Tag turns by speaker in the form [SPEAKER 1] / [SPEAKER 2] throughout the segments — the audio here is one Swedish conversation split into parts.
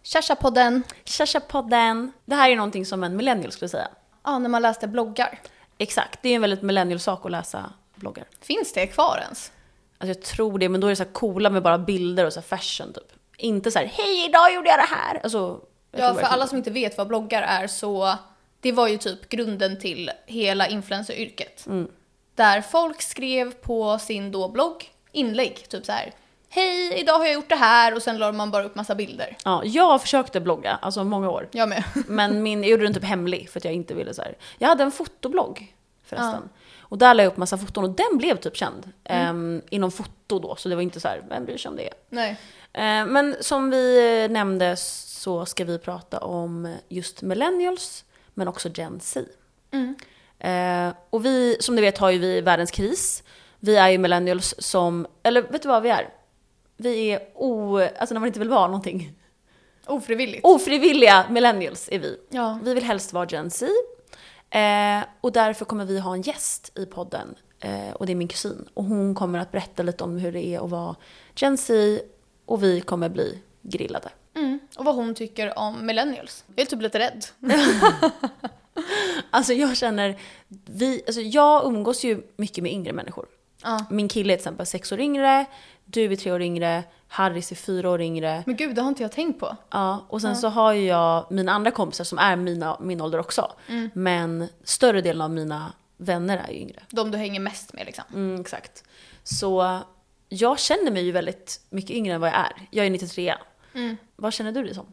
[SPEAKER 1] Tjasha-podden.
[SPEAKER 2] Tjasha-podden. Det här är någonting som en millennial skulle säga.
[SPEAKER 1] Ja, när man läste bloggar.
[SPEAKER 2] Exakt, det är en väldigt millennial sak att läsa bloggar.
[SPEAKER 1] Finns det kvar ens?
[SPEAKER 2] Alltså jag tror det, men då är det så här coola med bara bilder och så här fashion typ. Inte så här, hej idag gjorde jag det här. Alltså,
[SPEAKER 1] ja, för alla som inte vet vad bloggar är så... Det var ju typ grunden till hela influenceryrket. Där folk skrev på sin då blogg inlägg, typ så här: hej, idag har jag gjort det här, och sen la man bara upp massa bilder.
[SPEAKER 2] Ja, jag försökte blogga, alltså många år.
[SPEAKER 1] Jag med.
[SPEAKER 2] Men jag gjorde den typ hemlig för att jag inte ville så här. Jag hade en fotoblogg förresten. Ja. Och där la jag upp massa foton och den blev typ känd. Inom foto då, så det var inte så här, vem bryr sig om det?
[SPEAKER 1] Nej.
[SPEAKER 2] Men som vi nämnde så ska vi prata om just millennials, men också Gen Z. Och vi, som ni vet, har ju vi världens kris. Vi är ju millennials som, eller vet du vad vi är? Vi är alltså när man inte vill vara någonting. Ofrivilliga millennials är vi.
[SPEAKER 1] Ja.
[SPEAKER 2] Vi vill helst vara Gen Z. Och därför kommer vi ha en gäst i podden. Och det är min kusin. Och hon kommer att berätta lite om hur det är att vara Gen Z. Och vi kommer bli grillade.
[SPEAKER 1] Och vad hon tycker om millennials. Jag är typ lite rädd.
[SPEAKER 2] Alltså jag känner, jag umgås ju mycket med yngre människor. Min kille är till exempel 6 år yngre, du är 3 år yngre, Harris är 4 år yngre.
[SPEAKER 1] Men gud, det har inte jag tänkt på.
[SPEAKER 2] Ja, och sen så har jag mina andra kompisar som är min ålder också. Men större delen av mina vänner är ju yngre.
[SPEAKER 1] De du hänger mest med liksom.
[SPEAKER 2] Exakt. Så jag känner mig ju väldigt mycket yngre än vad jag är. Jag är 93. Vad känner du dig som?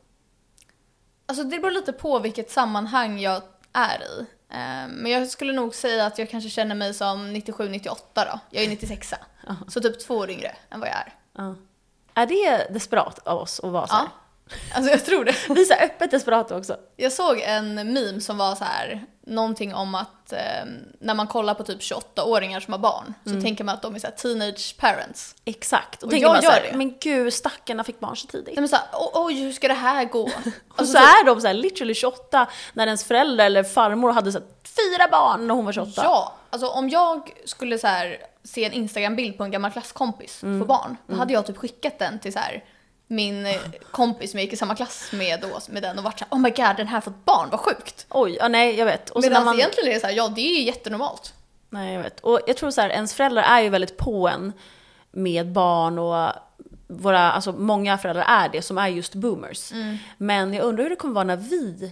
[SPEAKER 1] Alltså det beror lite på vilket sammanhang jag är i. Men jag skulle nog säga att jag kanske känner mig som 97-98 då. Jag är 96. Så typ 2 år yngre än vad jag är.
[SPEAKER 2] Är det desperat av oss att vara så här?
[SPEAKER 1] Alltså jag tror det.
[SPEAKER 2] Vi är så öppet desperata också.
[SPEAKER 1] Jag såg en meme som var så här, någonting om att när man kollar på typ 28-åringar som har barn så tänker man att de är så här teenage parents.
[SPEAKER 2] Exakt.
[SPEAKER 1] Och jag gör det.
[SPEAKER 2] Men gud, stackarna fick barn så tidigt.
[SPEAKER 1] De är så här, oj, hur ska det här gå?
[SPEAKER 2] Och alltså, så är de så här literally 28 när ens föräldrar eller farmor hade så här 4 barn när hon var 28.
[SPEAKER 1] Ja, alltså om jag skulle så här se en Instagram-bild på en gammal klasskompis för barn, då hade jag typ skickat den till så här min kompis som jag gick i samma klass med då, med den, och vart så här, oh my god, den här har fått barn, vad sjukt.
[SPEAKER 2] Oj, nej, jag vet. Och
[SPEAKER 1] men alltså egentligen är det så här, ja, det är jättenormalt.
[SPEAKER 2] Nej, jag vet. Och jag tror så här, ens föräldrar är ju väldigt på en med barn, och alltså många föräldrar är det som är just boomers. Men jag undrar hur det kommer vara när vi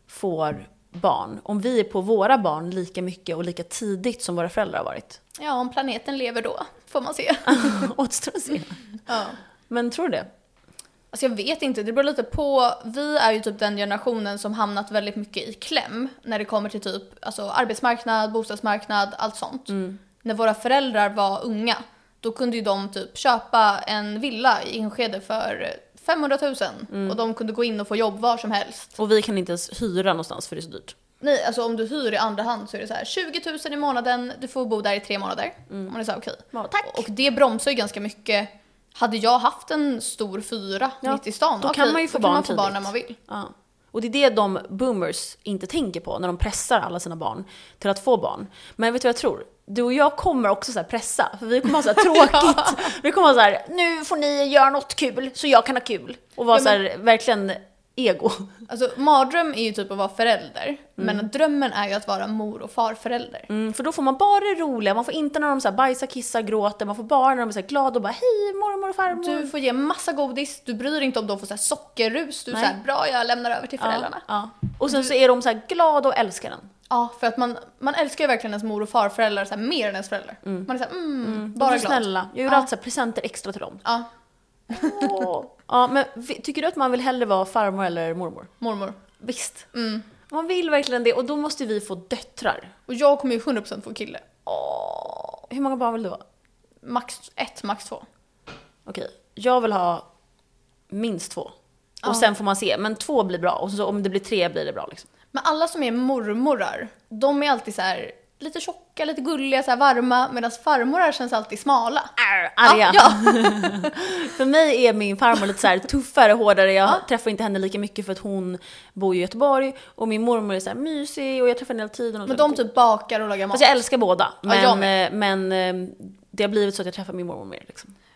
[SPEAKER 2] får barn, om vi är på våra barn lika mycket och lika tidigt som våra föräldrar har varit.
[SPEAKER 1] Ja, om planeten lever då, får man se.
[SPEAKER 2] Återstår att se.
[SPEAKER 1] Ja.
[SPEAKER 2] Men tror du det?
[SPEAKER 1] Alltså jag vet inte, det beror lite på. Vi är ju typ den generationen som hamnat väldigt mycket i kläm när det kommer till typ alltså arbetsmarknad, bostadsmarknad, allt sånt. När våra föräldrar var unga, då kunde ju de typ köpa en villa i Enskede för 500 000 och de kunde gå in och få jobb var som helst.
[SPEAKER 2] Och vi kan inte ens hyra någonstans för det är så dyrt.
[SPEAKER 1] Nej, alltså om du hyr i andra hand så är det så här 20 000 i månaden, du får bo där i 3 månader. Om det är så här, okej.
[SPEAKER 2] Ja, tack.
[SPEAKER 1] Och det bromsar ju ganska mycket. Hade jag haft en stor 4 mitt i stan,
[SPEAKER 2] då kan man ju få barn
[SPEAKER 1] när man vill.
[SPEAKER 2] Ja. Och det är det de boomers inte tänker på när de pressar alla sina barn till att få barn. Men vet du vad jag tror? Du och jag kommer också så här pressa, för vi kommer ha så här tråkigt. Vi kommer ha så här, nu får ni göra något kul så jag kan ha kul. Och vara så här, verkligen ego.
[SPEAKER 1] Alltså mardröm är ju typ att vara förälder, men drömmen är ju att vara mor- och farförälder.
[SPEAKER 2] För då får man bara det roliga, man får inte när de så här bajsar, kissar, gråter, man får bara när de är så här glada och bara hej mormor och farmor.
[SPEAKER 1] Du får ge massa godis, du bryr dig inte om de får så här sockerrus, du är så här, bra, jag lämnar över till föräldrarna.
[SPEAKER 2] Ja. Och sen så är de så här glada och älskar den.
[SPEAKER 1] Ja, för att man älskar ju verkligen ens mor- och farföräldrar så här, mer än ens föräldrar. Man är så här, bara glad.
[SPEAKER 2] Snälla, jag gjorde alltid så här presenter extra till dem.
[SPEAKER 1] Ja.
[SPEAKER 2] Ja, men tycker du att man vill hellre vara farmor eller mormor?
[SPEAKER 1] Mormor.
[SPEAKER 2] Visst. Man vill verkligen det, och då måste vi få döttrar.
[SPEAKER 1] Och jag kommer ju 100% få kille.
[SPEAKER 2] Hur många barn vill du ha?
[SPEAKER 1] Max 1, max 2.
[SPEAKER 2] Okej, jag vill ha minst 2. Och sen får man se, men 2 blir bra. Och så om det blir 3 blir det bra liksom.
[SPEAKER 1] Men alla som är mormorar, de är alltid så här lite tjocka, lite gulliga, så här varma, medan farmorar känns alltid smala.
[SPEAKER 2] Arga.
[SPEAKER 1] Ja.
[SPEAKER 2] För mig är min farmor lite så här tuffare, hårdare. Jag träffar inte henne lika mycket för att hon bor i Göteborg. Och min mormor är så här mysig och jag träffar henne hela tiden. Och
[SPEAKER 1] men de typ bakar och lagar mat.
[SPEAKER 2] Fast jag älskar båda.
[SPEAKER 1] Ja,
[SPEAKER 2] men det har blivit så att jag träffar min mormor mer liksom.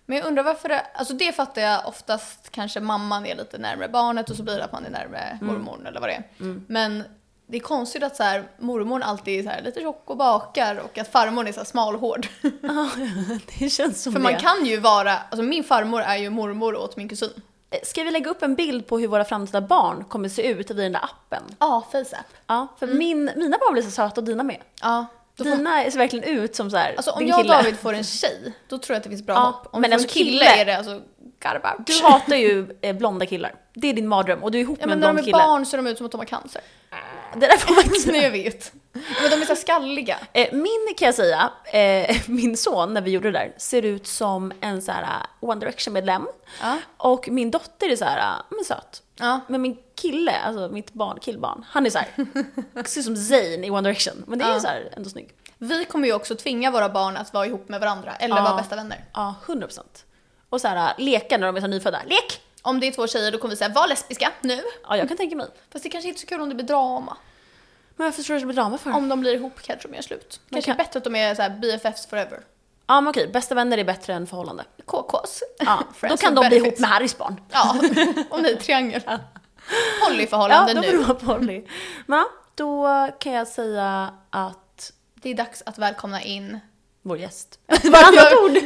[SPEAKER 1] Men jag undrar varför alltså det fattar jag oftast, kanske mamman är lite närmare barnet och så blir det att man är närmare mormor eller vad det är. Men det är konstigt att så här, mormor alltid är så här lite tjock och bakar och att farmor är så här smal och hård.
[SPEAKER 2] Ja, det känns som
[SPEAKER 1] för
[SPEAKER 2] det.
[SPEAKER 1] man kan ju vara, alltså min farmor är ju mormor åt min kusin.
[SPEAKER 2] Ska vi lägga upp en bild på hur våra framtida barn kommer se ut vid den där appen?
[SPEAKER 1] Ja, FaceApp.
[SPEAKER 2] Ja, för mina barn blir så söta och dina med.
[SPEAKER 1] Ja.
[SPEAKER 2] Dina ser verkligen ut som så här.
[SPEAKER 1] Alltså om
[SPEAKER 2] din
[SPEAKER 1] jag och
[SPEAKER 2] kille.
[SPEAKER 1] David får en tjej, då tror jag att det finns bra hopp. Om
[SPEAKER 2] men
[SPEAKER 1] vi får
[SPEAKER 2] alltså
[SPEAKER 1] en kille är det alltså garbage.
[SPEAKER 2] Du hatar ju blonda killar. Det är din mardröm och du är ihop med en blond kille.
[SPEAKER 1] Men när de är barn så är de ut som att de har cancer.
[SPEAKER 2] Det där får man inte.
[SPEAKER 1] Nej, jag vet. Men de är så skalliga.
[SPEAKER 2] Min kan jag säga, min son när vi gjorde det där ser ut som en så här One Direction-medlem. Och min dotter är så här, men söt. Men min kille, alltså mitt killbarn, han är så här, ser ut som Zayn i One Direction. Men det är så här ändå snygg.
[SPEAKER 1] Vi kommer ju också tvinga våra barn att vara ihop med varandra eller vara bästa vänner.
[SPEAKER 2] Ja, 100%. Och så här, leka när de är så nyfödda. Lek!
[SPEAKER 1] Om det är 2 tjejer då kommer vi säga, var lesbiska nu.
[SPEAKER 2] Ja, jag kan tänka mig.
[SPEAKER 1] Fast det kanske inte är så kul om det blir drama.
[SPEAKER 2] Men varför tror du det blir drama för?
[SPEAKER 1] Om de blir ihop kanske de gör slut. Kanske är bättre att de är så här BFFs forever.
[SPEAKER 2] Ja, men okej. Bästa vänner är bättre än förhållande.
[SPEAKER 1] KKs.
[SPEAKER 2] Ja, då kan de bli ihop med Harrys barn.
[SPEAKER 1] Ja, om ni är triangel. Polyförhållande nu.
[SPEAKER 2] Ja, då blir de poly. Men då kan jag säga att
[SPEAKER 1] det är dags att välkomna in
[SPEAKER 2] vår gäst. Varannat ord.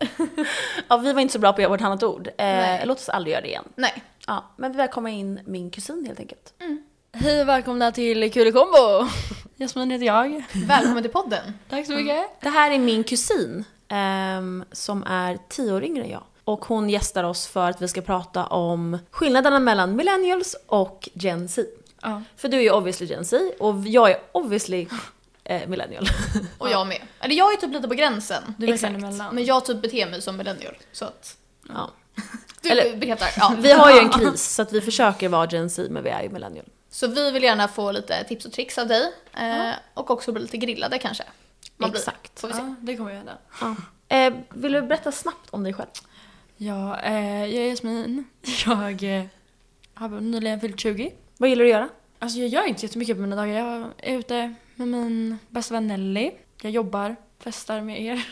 [SPEAKER 2] Ja, vi var inte så bra på att göra vårt annat ord. Låt oss aldrig göra det igen.
[SPEAKER 1] Nej.
[SPEAKER 2] Ja, men vi välkomnar in min kusin helt enkelt.
[SPEAKER 3] Hej och välkomna till Kulekombo. Jasmin heter jag.
[SPEAKER 1] Välkommen till podden.
[SPEAKER 3] Tack så mycket.
[SPEAKER 2] Det här är min kusin som är 10 år yngre än jag. Och hon gästar oss för att vi ska prata om skillnaderna mellan millennials och Gen Z. För du är ju obviously Gen Z och jag är obviously millennial.
[SPEAKER 1] Och jag med. Eller jag är typ lite på gränsen.
[SPEAKER 3] Du är emellan.
[SPEAKER 1] Men jag typ beter mig som millennial. Så att...
[SPEAKER 2] Ja.
[SPEAKER 1] Du bekräftar. Ja.
[SPEAKER 2] Vi har ju en kris så att vi försöker vara Gen Z men vi är ju millennial.
[SPEAKER 1] Så vi vill gärna få lite tips och tricks av dig. Och också bli lite grillade kanske.
[SPEAKER 2] Exakt.
[SPEAKER 1] Får vi se.
[SPEAKER 3] Ja, det kommer jag göra.
[SPEAKER 2] Vill du berätta snabbt om dig själv?
[SPEAKER 3] Ja, jag är Jasmin. Jag har nyligen fyllt 20.
[SPEAKER 2] Vad gillar du att göra?
[SPEAKER 3] Alltså jag gör inte jättemycket på mina dagar. Jag är ute med min bästa vän Nelly. Jag jobbar, festar med er.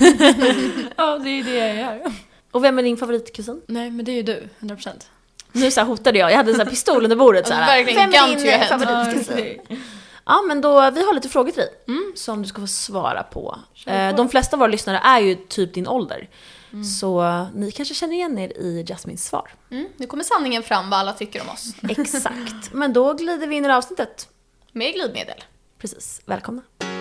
[SPEAKER 3] Ja, det är det jag gör.
[SPEAKER 2] Och vem är din favoritkusin?
[SPEAKER 3] Nej, men det är ju du, 100%.
[SPEAKER 2] Nu så här hotade jag hade en så här pistol under bordet så här.
[SPEAKER 1] Verkligen
[SPEAKER 2] Vem är
[SPEAKER 1] gun to
[SPEAKER 2] din
[SPEAKER 1] your head.
[SPEAKER 2] favoritkusin? Ja, men då, vi har lite frågor till dig som du ska få svara på. De flesta av våra lyssnare är ju typ din ålder. Så ni kanske känner igen er i Jasmins svar.
[SPEAKER 1] Nu kommer sanningen fram vad alla tycker om oss.
[SPEAKER 2] Exakt. Men då glider vi in i avsnittet.
[SPEAKER 1] Med glidmedel.
[SPEAKER 2] Precis, välkomna.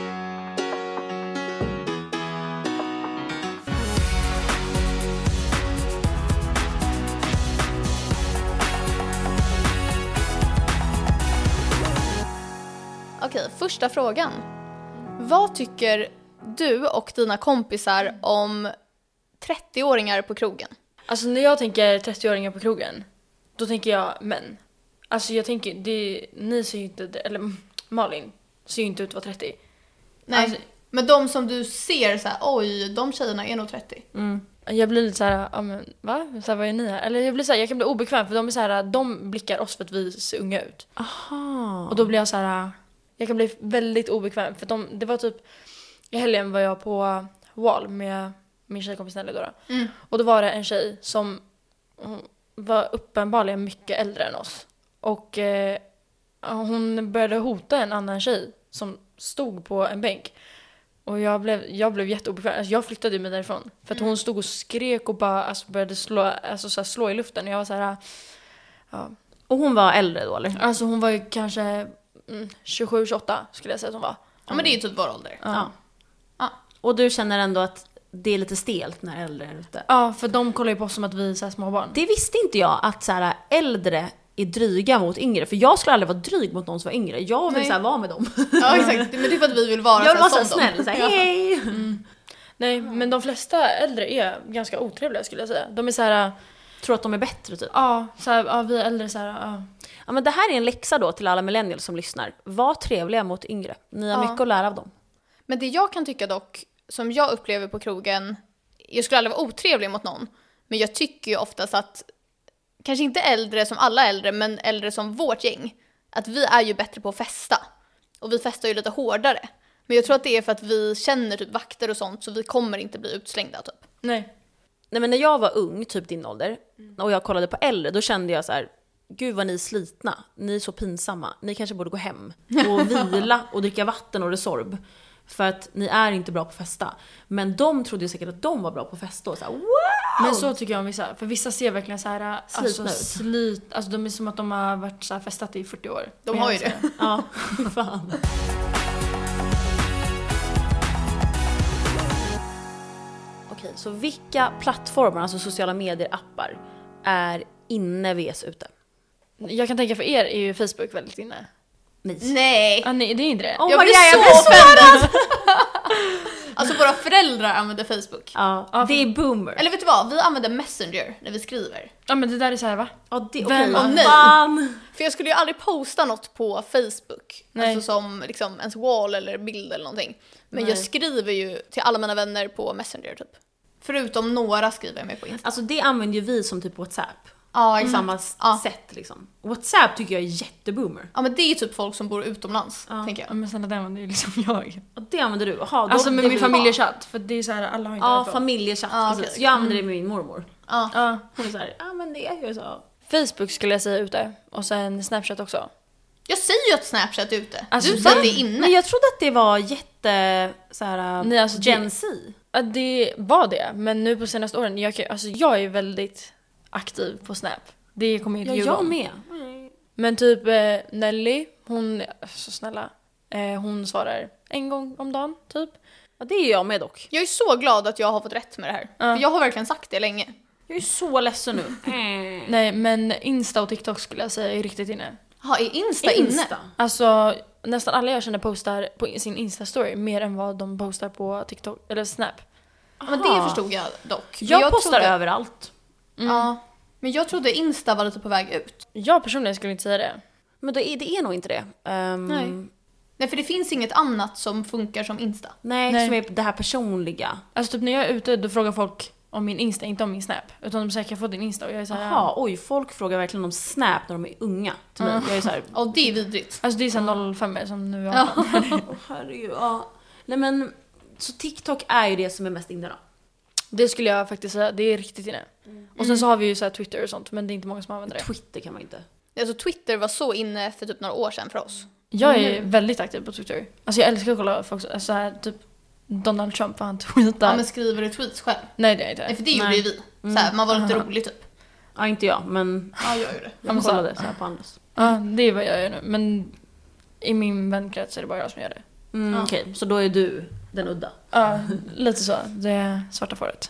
[SPEAKER 1] Okej, första frågan. Vad tycker du och dina kompisar om 30-åringar på krogen?
[SPEAKER 3] Alltså när jag tänker 30-åringar på krogen, då tänker jag män. Alltså jag tänker, ni ser ju inte, eller Malin ser ju inte ut att vara 30.
[SPEAKER 1] Nej,
[SPEAKER 3] alltså,
[SPEAKER 1] men de som du ser så här, oj, de tjejerna är nog 30.
[SPEAKER 3] Jag blir lite så här, ja men va? Så här, vad är ni här? Eller jag blir så här, jag kan bli obekväm för de är så här, de blickar oss för att vi ser unga ut.
[SPEAKER 2] Aha.
[SPEAKER 3] Och då blir jag så här, jag kan bli väldigt obekväm för det var typ i helgen var jag på Wall med min tjejkompis Nelly då. Och då var det en tjej som var uppenbarligen mycket äldre än oss. Och hon började hota en annan tjej som stod på en bänk. Och jag blev jätteobekväm. Alltså jag flyttade mig därifrån. För att hon stod och skrek och bara började slå i luften. Och jag var så här, ja.
[SPEAKER 2] Och hon var äldre då, eller?
[SPEAKER 3] Alltså hon var ju kanske 27-28 skulle jag säga att hon var.
[SPEAKER 1] Ja, men det är ju typ vår ålder.
[SPEAKER 2] Ja. Och du känner ändå att det är lite stelt när äldre är ute?
[SPEAKER 3] Ja, för de kollar ju på oss som att vi är så här små barn.
[SPEAKER 2] Det visste inte jag, att så här, äldre är dryga mot yngre. För jag skulle aldrig vara dryg mot någon som var yngre. Jag vill så här, vara med dem.
[SPEAKER 1] Ja, exakt. Men det är för att vi vill vara
[SPEAKER 2] jag vill vara
[SPEAKER 1] så
[SPEAKER 2] så snäll. Så här, hej!
[SPEAKER 3] Nej, men de flesta äldre är ganska otrevliga skulle jag säga. De är så här,
[SPEAKER 2] tror att de är bättre typ.
[SPEAKER 3] Ja, så här, ja vi är äldre så här, ja.
[SPEAKER 2] Ja, men det här är en läxa då till alla millennials som lyssnar. Var trevliga mot yngre. Ni har mycket att lära av dem.
[SPEAKER 1] Men det jag kan tycka dock, som jag upplever på krogen, jag skulle aldrig vara otrevlig mot någon, men jag tycker ju oftast att, kanske inte äldre som alla äldre, men äldre som vårt gäng, att vi är ju bättre på att festa. Och vi festar ju lite hårdare. Men jag tror att det är för att vi känner typ vakter och sånt, så vi kommer inte bli utslängda typ.
[SPEAKER 3] Nej.
[SPEAKER 2] Nej, men när jag var ung, typ din ålder, och jag kollade på äldre, då kände jag så här: gud vad ni är slitna, ni är så pinsamma, ni kanske borde gå hem och vila och dricka vatten och Resorb. För att ni är inte bra på att festa. Men de trodde ju säkert att de var bra på att festa och så här, wow!
[SPEAKER 3] Men så tycker jag om vissa. För vissa ser verkligen så här,
[SPEAKER 2] Slitna
[SPEAKER 3] alltså
[SPEAKER 2] ut.
[SPEAKER 3] alltså de är som att de har varit så här festat i 40 år.
[SPEAKER 1] De har ju det.
[SPEAKER 2] Ja, fan. Okej, så vilka plattformar, alltså sociala medier-appar, är inne vs ute?
[SPEAKER 3] Jag kan tänka för er är ju Facebook väldigt inne.
[SPEAKER 1] Nej.
[SPEAKER 3] Nej, det är inte det.
[SPEAKER 2] Oh
[SPEAKER 1] Jag
[SPEAKER 2] my
[SPEAKER 1] blir
[SPEAKER 2] God,
[SPEAKER 1] så offended. Alltså våra föräldrar använder Facebook.
[SPEAKER 2] Ja, det är boomer.
[SPEAKER 1] Eller vet du vad? Vi använder Messenger när vi skriver.
[SPEAKER 3] Ja, men det där är så här, va?
[SPEAKER 2] Ja, det,
[SPEAKER 3] Vem-
[SPEAKER 2] okej,
[SPEAKER 1] nej.
[SPEAKER 2] fan.
[SPEAKER 1] För jag skulle ju aldrig posta något på Facebook.
[SPEAKER 3] Nej.
[SPEAKER 1] Alltså som liksom ens wall eller bild eller någonting. Men
[SPEAKER 2] Nej.
[SPEAKER 1] jag skriver ju till alla mina vänner på Messenger typ. Förutom några skriver jag med på Insta.
[SPEAKER 2] Alltså det använder ju vi som typ WhatsApp.
[SPEAKER 1] Ja,
[SPEAKER 2] På
[SPEAKER 1] exakt.
[SPEAKER 2] samma
[SPEAKER 1] Ja.
[SPEAKER 2] sätt liksom. WhatsApp tycker jag är jätteboomer.
[SPEAKER 1] Ja, men det är ju typ folk som bor utomlands, tänker
[SPEAKER 3] Ja,
[SPEAKER 1] jag.
[SPEAKER 3] men snälla, det använder ju liksom jag.
[SPEAKER 2] Och det använder du? Aha, då,
[SPEAKER 3] Alltså med
[SPEAKER 2] det
[SPEAKER 3] min
[SPEAKER 2] blir-
[SPEAKER 3] familjechatt, för det är så här, alla har inte
[SPEAKER 2] Ja,
[SPEAKER 3] iPhone.
[SPEAKER 2] familjechatt,
[SPEAKER 1] Ja,
[SPEAKER 2] precis.
[SPEAKER 1] okej.
[SPEAKER 2] Jag använder det med min mormor.
[SPEAKER 1] Ja.
[SPEAKER 3] Ja.
[SPEAKER 2] Hon är såhär, ja men det är ju så.
[SPEAKER 3] Facebook skulle jag säga ute. Och sen Snapchat också.
[SPEAKER 1] Jag säger ju att Snapchat är ute.
[SPEAKER 3] Alltså,
[SPEAKER 1] du sa att
[SPEAKER 3] det-
[SPEAKER 1] det är inne.
[SPEAKER 2] Men jag trodde att det var jätte såhär
[SPEAKER 3] Nej, alltså,
[SPEAKER 2] Gen
[SPEAKER 3] det-
[SPEAKER 2] Z.
[SPEAKER 3] Ja, det var det. Men nu på senaste åren, jag är väldigt aktiv på Snap. Det kommer jag
[SPEAKER 2] Ja,
[SPEAKER 3] inte ljuga
[SPEAKER 2] jag
[SPEAKER 3] om.
[SPEAKER 2] med.
[SPEAKER 3] Men typ Nelly, hon, så snälla, hon svarar en gång om dagen typ.
[SPEAKER 2] Ja, det är jag med dock.
[SPEAKER 1] Jag är så glad att jag har fått rätt med det här.
[SPEAKER 3] Ja.
[SPEAKER 1] För jag har verkligen sagt det länge.
[SPEAKER 2] Jag är så ledsen nu.
[SPEAKER 3] Nej, men Insta och TikTok skulle jag säga är riktigt inne.
[SPEAKER 1] Ja, är Insta inne?
[SPEAKER 3] Alltså nästan alla jag känner postar på sin Insta-story mer än vad de postar på TikTok eller Snap.
[SPEAKER 1] Ja, men det förstod jag dock. Men
[SPEAKER 2] Jag postar
[SPEAKER 1] trodde,
[SPEAKER 2] överallt.
[SPEAKER 1] Ja, men jag trodde Insta var lite på väg ut.
[SPEAKER 3] Jag personligen skulle inte säga det.
[SPEAKER 2] Men det är nog inte det.
[SPEAKER 1] Nej. Nej, för det finns inget annat som funkar som Insta.
[SPEAKER 2] Nej, som är det här personliga.
[SPEAKER 3] Alltså typ när jag är ute då frågar folk om min Insta, inte om min Snap. Utan de säger, kan jag få din Insta? Och jag är såhär,
[SPEAKER 2] Jaha, oj, folk frågar verkligen om Snap när de är unga till mig. Jag är såhär,
[SPEAKER 1] Och det är vidrigt.
[SPEAKER 3] alltså det är såhär 05 som nu är
[SPEAKER 1] Ja.
[SPEAKER 2] herregud, ja. Nej men, så TikTok är ju det som är mest inne då.
[SPEAKER 3] Det skulle jag faktiskt säga, det är riktigt inne. Och sen så har vi ju så här Twitter och sånt, men det är inte många som använder det.
[SPEAKER 2] Twitter kan man inte.
[SPEAKER 1] Alltså Twitter var så inne för typ några år sedan för oss.
[SPEAKER 3] Jag är väldigt aktiv på Twitter. Alltså jag älskar att kolla folk så här, typ Donald Trump, vad han tweetar.
[SPEAKER 1] Ja, men skriver du tweets själv?
[SPEAKER 3] Nej, det är inte
[SPEAKER 1] Nej,
[SPEAKER 3] det.
[SPEAKER 1] för det gjorde
[SPEAKER 2] Nej.
[SPEAKER 1] ju vi. Såhär, man var lite rolig typ.
[SPEAKER 2] Ja, inte jag, men
[SPEAKER 1] Ja, jag gjorde det.
[SPEAKER 2] jag kollade så här på andras.
[SPEAKER 3] Ja, det är vad jag gör nu. Men i min vänkrets är det bara jag som gör det.
[SPEAKER 2] Mm, okej, så då är du den udda.
[SPEAKER 3] Ja, lite så. Det är svarta fåret.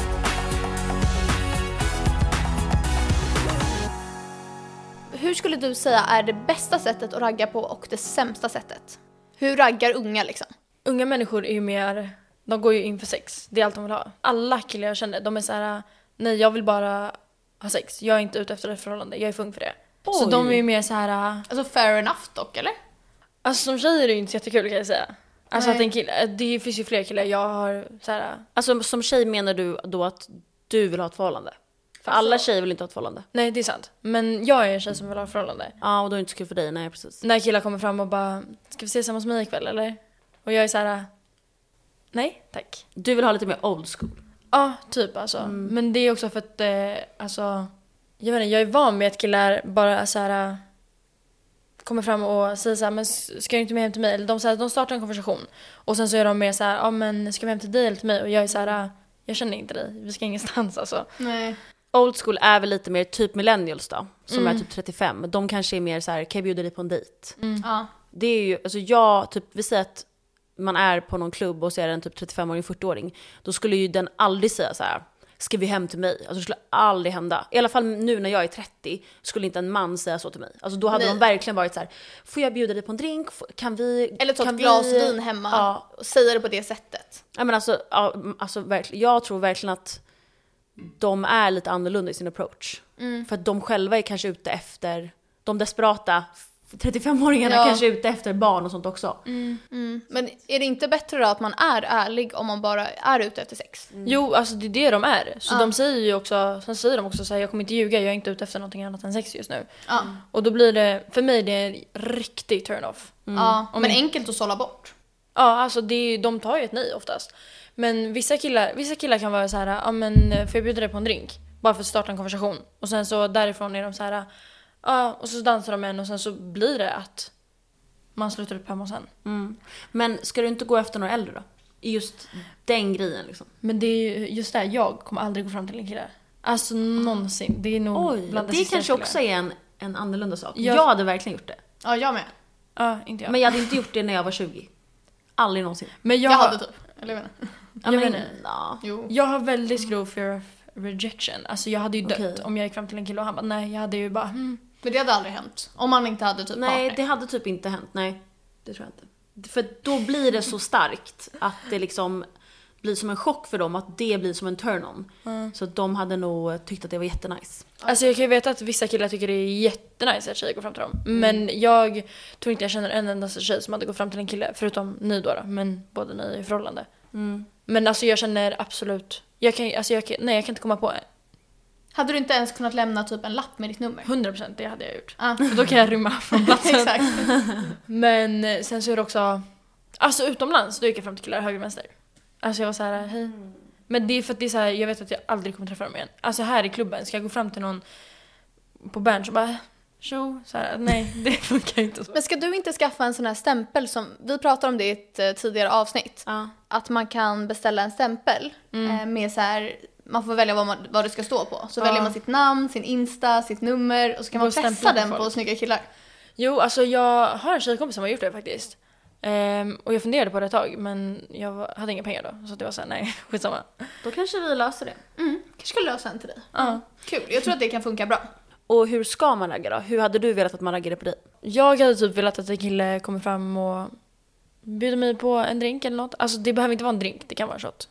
[SPEAKER 1] Hur skulle du säga är det bästa sättet att ragga på och det sämsta sättet? Hur raggar unga liksom?
[SPEAKER 3] Unga människor är ju mer, de går ju in för sex. Det är allt de vill ha. Alla killar jag känner, de är så här: nej jag vill bara ha sex. Jag är inte ute efter ett förhållande, jag är för ung för det. Så
[SPEAKER 2] Oj.
[SPEAKER 3] de är ju mer så här.
[SPEAKER 1] Alltså fair enough dock, eller?
[SPEAKER 3] Alltså som tjejer är det ju inte så jättekul kan jag säga. Alltså
[SPEAKER 1] Nej.
[SPEAKER 3] att en kille, det finns ju fler killar jag har så här.
[SPEAKER 2] Alltså som tjej menar du då att du vill ha ett förhållande? För alla tjejer vill inte ha ett förhållande.
[SPEAKER 3] Nej det är sant. Men jag är en tjej som vill ha ett förhållande.
[SPEAKER 2] Ja, och då är det inte så kul för dig, nej precis.
[SPEAKER 3] När killar kommer fram och bara, ska vi ses hemma hos mig ikväll eller? Och jag är så här: nej tack.
[SPEAKER 2] Du vill ha lite mer old school.
[SPEAKER 3] Ja, typ alltså. Men det är också för att, alltså, jag vet inte, jag är van med att killar bara så här kommer fram och säger så här: men ska du inte med hem till mig? Eller de startar en konversation. Och sen så är de mer så här: ja men ska vi hem till dig eller till mig? Och jag är så här: jag känner inte dig, vi ska ingenstans alltså.
[SPEAKER 1] Nej.
[SPEAKER 2] Old school är väl lite mer typ millennials då, som är typ 35. De kanske är mer så här, kan jag bjuda dig på en dejt?
[SPEAKER 1] Ja.
[SPEAKER 2] Det är ju, alltså jag, typ, vi säger att man är på någon klubb och så är det en typ 35-åring, 40-åring. Då skulle ju den aldrig säga så här: ska vi hem till mig? Alltså det skulle aldrig hända. I alla fall nu när jag är 30 skulle inte en man säga så till mig. Alltså då hade
[SPEAKER 1] Nej.
[SPEAKER 2] de verkligen varit så här: får jag bjuda dig på en drink? Kan vi...
[SPEAKER 1] Eller ta
[SPEAKER 2] kan
[SPEAKER 1] ett glas
[SPEAKER 2] vi...
[SPEAKER 1] vin hemma
[SPEAKER 2] Ja.
[SPEAKER 1] och säga det på det sättet.
[SPEAKER 2] Ja, men alltså verkligen, jag tror verkligen att de är lite annorlunda i sin approach. För att de själva är kanske ute efter, de desperata 35-åringarna
[SPEAKER 1] Ja.
[SPEAKER 2] kanske är ute efter barn och sånt också.
[SPEAKER 1] Men är det inte bättre då att man är ärlig om man bara är ute efter sex?
[SPEAKER 3] Jo, alltså det är det de är. Så de säger ju också, sen säger de också så här: jag kommer inte ljuga, jag är inte ute efter någonting annat än sex just nu.
[SPEAKER 1] Ja.
[SPEAKER 3] Och då blir det, för mig det är en riktig turn-off.
[SPEAKER 1] Ja, men enkelt att sålla bort.
[SPEAKER 3] Ja, alltså de tar ju ett nej oftast. Men vissa killar kan vara så här, ja men får jag bjuda dig på en drink? Bara för att starta en konversation. Och sen så därifrån är de så här, ja, och så dansar de en och sen så blir det att man slutar upp hemma sen.
[SPEAKER 2] Men ska du inte gå efter några äldre då? I just den grejen liksom.
[SPEAKER 3] Men det är ju just det här, jag kommer aldrig gå fram till en kille. Alltså någonsin. Det är nog bland
[SPEAKER 2] det kanske också är en annorlunda sak. Jag hade verkligen gjort det.
[SPEAKER 1] Ja, jag med.
[SPEAKER 3] Ja, inte jag.
[SPEAKER 2] Men jag hade inte gjort det när jag var 20. Aldrig någonsin.
[SPEAKER 3] Men
[SPEAKER 1] Jag hade typ. Eller jag menar.
[SPEAKER 3] Jo. Jag har väldigt grov fear of rejection. Alltså jag hade ju dött om jag gick fram till en kille och han bara, nej, jag hade ju bara
[SPEAKER 1] Men det hade aldrig hänt. Om man inte hade typ
[SPEAKER 2] Nej,
[SPEAKER 1] partner.
[SPEAKER 2] det hade typ inte hänt. Nej, det tror jag inte. För då blir det så starkt att det liksom blir som en chock för dem, att det blir som en turn-on. Så de hade nog tyckt att det var jättenice.
[SPEAKER 3] Alltså jag kan ju veta att vissa killar tycker det är jättenice att tjejer går fram till dem. Men jag tror inte jag känner en enda tjej som hade gått fram till en kille, förutom ni då. Men båda ni är i förhållande. Men alltså jag känner absolut, jag kan inte komma på.
[SPEAKER 1] Hade du inte ens kunnat lämna typ en lapp med ditt nummer?
[SPEAKER 3] 100%, det hade jag gjort. För då kan jag rymma från platsen.
[SPEAKER 1] Exakt.
[SPEAKER 3] Men sen så är det också, alltså utomlands, då gick jag fram till killar höger och vänster. Alltså jag var så här, hej. Men det är för att det är så här, jag vet att jag aldrig kommer träffa dem igen. Alltså här i klubben, ska jag gå fram till någon på Bern så bara, tjo, så här, nej, det funkar inte så.
[SPEAKER 1] Men ska du inte skaffa en sån här stämpel som, vi pratade om det i ett tidigare avsnitt. Att man kan beställa en stämpel med så här, man får välja vad det ska stå på. Så väljer man sitt namn, sin Insta, sitt nummer och så kan man pressa den på snygga killar.
[SPEAKER 3] Jo, alltså jag har en tjejkompis som har gjort det faktiskt. Och jag funderade på det ett tag, men jag hade inga pengar då. Så det var såhär, nej, skitsamma.
[SPEAKER 2] Då kanske vi löser det.
[SPEAKER 1] Kanske ska lösa en till dig. Kul, jag tror att det kan funka bra.
[SPEAKER 2] Och hur ska man ragga då? Hur hade du velat att man raggade på dig?
[SPEAKER 3] Jag hade typ velat att en kille kommer fram och bjuder mig på en drink eller något. Alltså det behöver inte vara en drink, det kan vara en shot.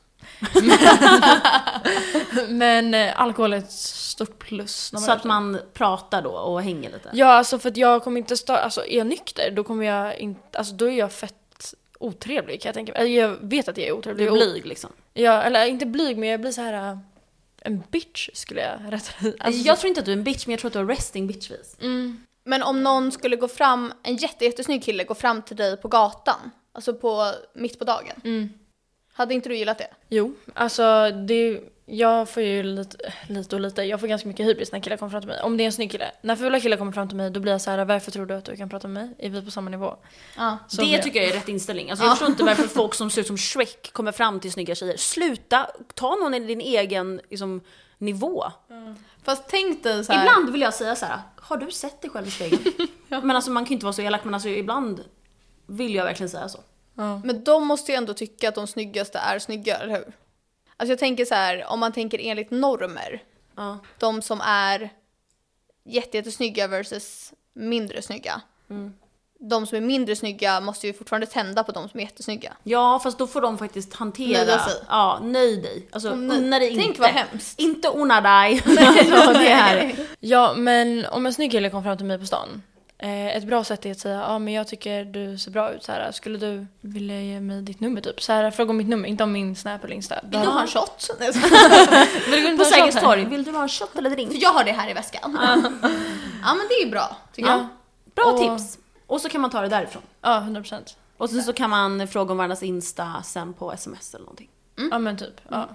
[SPEAKER 3] Men alkohol är ett stort plus.
[SPEAKER 2] Så att man pratar då och hänger lite?
[SPEAKER 3] Ja, alltså för att jag kommer inte alltså är jag nykter, då kommer jag inte, alltså då är jag fett otrevlig kan jag tänka mig. Jag vet att jag är otrevlig.
[SPEAKER 2] Du är blyg liksom?
[SPEAKER 3] Ja, eller inte blyg, men jag blir så här en bitch skulle jag rätta.
[SPEAKER 2] Alltså, jag tror inte att du är en bitch, men jag tror att du är resting bitchvis.
[SPEAKER 1] Men om någon skulle gå fram, en jättesnygg kille går fram till dig på gatan, alltså mitt på dagen. Hade inte du gillat det?
[SPEAKER 3] Jo, alltså jag får ju lite och lite. Jag får ganska mycket hybris när killar kommer fram till mig. Om det är en snygg kille. När fula killar kommer fram till mig, då blir jag så här: varför tror du att du kan prata med mig? Är vi på samma nivå?
[SPEAKER 2] Det tycker jag är rätt inställning. Alltså, jag förstår inte varför folk som ser ut som Shrek kommer fram till snygga tjejer. Sluta, ta någon i din egen liksom, nivå.
[SPEAKER 1] Fast tänk dig så här.
[SPEAKER 2] Ibland vill jag säga så här: har du sett dig själv i spegeln? Men alltså man kan inte vara så elak, men alltså ibland vill jag verkligen säga så.
[SPEAKER 1] Men de måste ju ändå tycka att de snyggaste är snygga, eller hur? Alltså jag tänker så här, om man tänker enligt normer. De som är jättesnygga versus mindre snygga. De som är mindre snygga måste ju fortfarande tända på de som är jättesnygga.
[SPEAKER 2] Ja, fast då får de faktiskt hantera.
[SPEAKER 1] Nöja sig.
[SPEAKER 2] Ja, nöj dig. Alltså unna dig inte.
[SPEAKER 1] Tänk vad hemskt.
[SPEAKER 2] Inte unna dig. Det här.
[SPEAKER 3] Ja, men om en snygg kille kommer fram till mig på stan, ett bra sätt är att säga, ja men jag tycker du ser bra ut så här. Skulle du vilja ge mig ditt nummer typ? Så här, fråga om mitt nummer, inte om min Snap eller Insta.
[SPEAKER 1] Vill du ha en shot?
[SPEAKER 2] På Sergels torg, vill du ha en shot eller drink?
[SPEAKER 1] För jag har det här i väskan. Ja men det är ju bra, tycker jag.
[SPEAKER 2] Bra tips. Och så kan man ta det därifrån.
[SPEAKER 3] Ja, 100%.
[SPEAKER 2] Och sen så kan man fråga om varandras Insta sen på sms eller någonting.
[SPEAKER 3] Ja men typ, ja.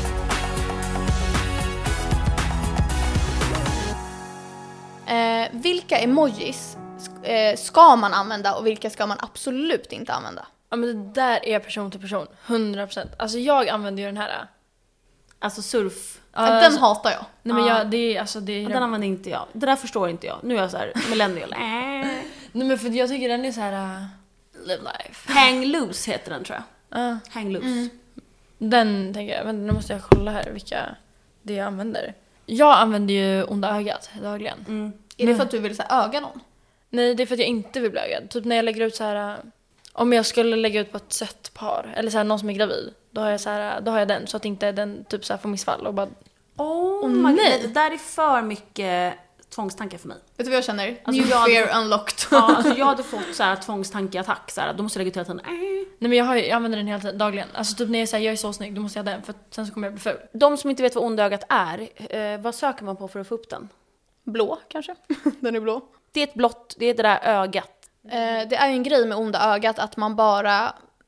[SPEAKER 1] Vilka emojis ska man använda och vilka ska man absolut inte använda?
[SPEAKER 3] Ja men det där är person till person, 100%. Alltså jag använder ju den här.
[SPEAKER 2] Alltså surf.
[SPEAKER 1] Den hatar jag.
[SPEAKER 3] Nej men det är
[SPEAKER 2] Den använder inte jag. Det där förstår inte jag. Nu är jag så här millennial.
[SPEAKER 3] Nej men för jag tycker den är så här live life.
[SPEAKER 2] Hang loose heter den tror jag. Hang loose.
[SPEAKER 3] Den tänker jag, men nu måste jag kolla här vilka det jag använder. Jag använder ju onda ögat dagligen.
[SPEAKER 1] Är det för att du vill så här, öga någon?
[SPEAKER 3] Nej, det är för att jag inte vill bli ögad. Typ när jag lägger ut så här, om jag skulle lägga ut på ett sött par eller så här, någon som är gravid, då har jag så här, då har jag den så att inte den typ så här får missfall och bara
[SPEAKER 2] nej. Det där är för mycket tvångstankar för mig.
[SPEAKER 1] Vet du vad jag känner?
[SPEAKER 2] Alltså,
[SPEAKER 1] New fear unlocked.
[SPEAKER 2] Ja, alltså jag hade fått så här tvångstankeattack så här, då måste jag lägga ut hela tiden.
[SPEAKER 3] Nej men jag använder den hela tiden, dagligen. Alltså typ när jag säger jag är så snygg, då måste jag ha den för sen så kommer jag bli ful.
[SPEAKER 2] De som inte vet vad onda ögat är, vad söker man på för att få upp den?
[SPEAKER 1] Blå kanske? Den är blå.
[SPEAKER 2] Det är ett blått, det är det där ögat.
[SPEAKER 1] Det är ju en grej med onda ögat att man bara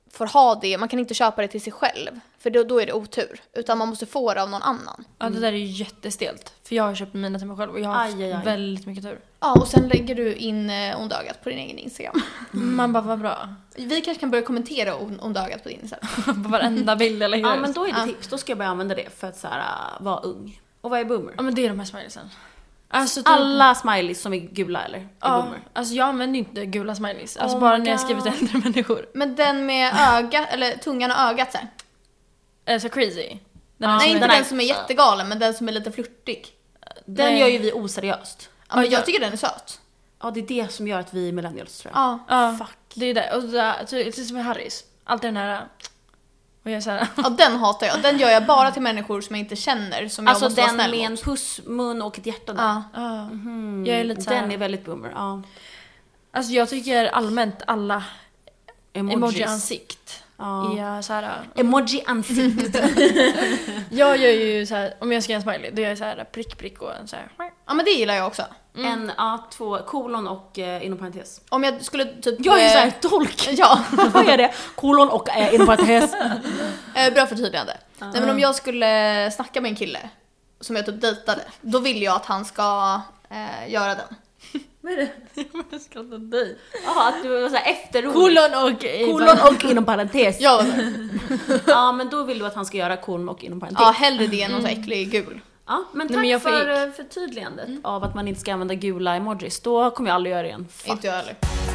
[SPEAKER 1] får ha det, man kan inte köpa det till sig själv. För då är det otur. Utan man måste få det av någon annan.
[SPEAKER 3] Ja, det där är ju jättestelt. För jag har köpt mina till mig själv och jag har haft väldigt mycket tur.
[SPEAKER 1] Ja, och sen lägger du in onda ögat på din egen Instagram.
[SPEAKER 3] Man bara, vad bra.
[SPEAKER 1] Vi kanske kan börja kommentera onda ögat på din Instagram.
[SPEAKER 3] På varenda bild eller hur?
[SPEAKER 2] Ja, men då är det tips. Då ska jag börja använda det för att så här, vara ung. Och vad är boomer?
[SPEAKER 3] Ja, men det är de här smileysen. Alltså, typ,
[SPEAKER 2] alla smileys som är gula eller? Är boomer.
[SPEAKER 3] Alltså jag använder inte gula smileys. Alltså bara när jag skriver till äldre människor.
[SPEAKER 1] Men den med ögat, eller tungan och ögat så här.
[SPEAKER 3] Så crazy.
[SPEAKER 1] Nej, inte den som är jättegalen, men den som är lite flörtig.
[SPEAKER 2] Den gör ju vi oseriöst.
[SPEAKER 1] Ja, men jag tycker den är söt.
[SPEAKER 2] Ja, det är det som gör att vi är millennials, tror jag.
[SPEAKER 1] Ja.
[SPEAKER 3] Fuck. Det är det. Och det som är Harrys. Alltid den här... Och jag så här.
[SPEAKER 1] Ja, den hatar jag. Den gör jag bara till människor som jag inte känner, som jag
[SPEAKER 2] alltså
[SPEAKER 1] måste vara
[SPEAKER 2] den
[SPEAKER 1] snäll
[SPEAKER 2] med en
[SPEAKER 1] mot.
[SPEAKER 2] puss, mun och ett hjärta där.
[SPEAKER 3] Jag är lite så här...
[SPEAKER 2] Den är väldigt boomer, ja.
[SPEAKER 3] Alltså jag tycker allmänt alla emoji-ansikt är så här...
[SPEAKER 2] Emoji-ansikt.
[SPEAKER 3] Jag gör ju så här, om jag ska göra en smiley, då gör jag så här prick och en så här...
[SPEAKER 1] Ja, men det gillar jag också.
[SPEAKER 2] Två kolon och inom parentes.
[SPEAKER 1] Om jag skulle typ...
[SPEAKER 2] Jag är såhär tolk.
[SPEAKER 1] Ja.
[SPEAKER 2] Vad är det? Kolon och inom parentes.
[SPEAKER 1] Bra förtydligande. Nej, men om jag skulle snacka med en kille som jag typ dejtade, då vill jag att han ska göra den.
[SPEAKER 2] Vad är det?
[SPEAKER 3] Jag ska inte dig.
[SPEAKER 2] Jaha, att du var såhär efterord.
[SPEAKER 3] Kolon
[SPEAKER 2] och inom parentes.
[SPEAKER 1] Ja,
[SPEAKER 2] ja, men då vill du att han ska göra kolon och inom parentes.
[SPEAKER 1] ja, hellre det än någon så äcklig gul.
[SPEAKER 2] Ja, men tack
[SPEAKER 3] men jag
[SPEAKER 2] för förtydligandet av att man inte ska använda gula emojis. Då kommer jag aldrig göra det igen. Fuck.
[SPEAKER 1] Inte jag heller.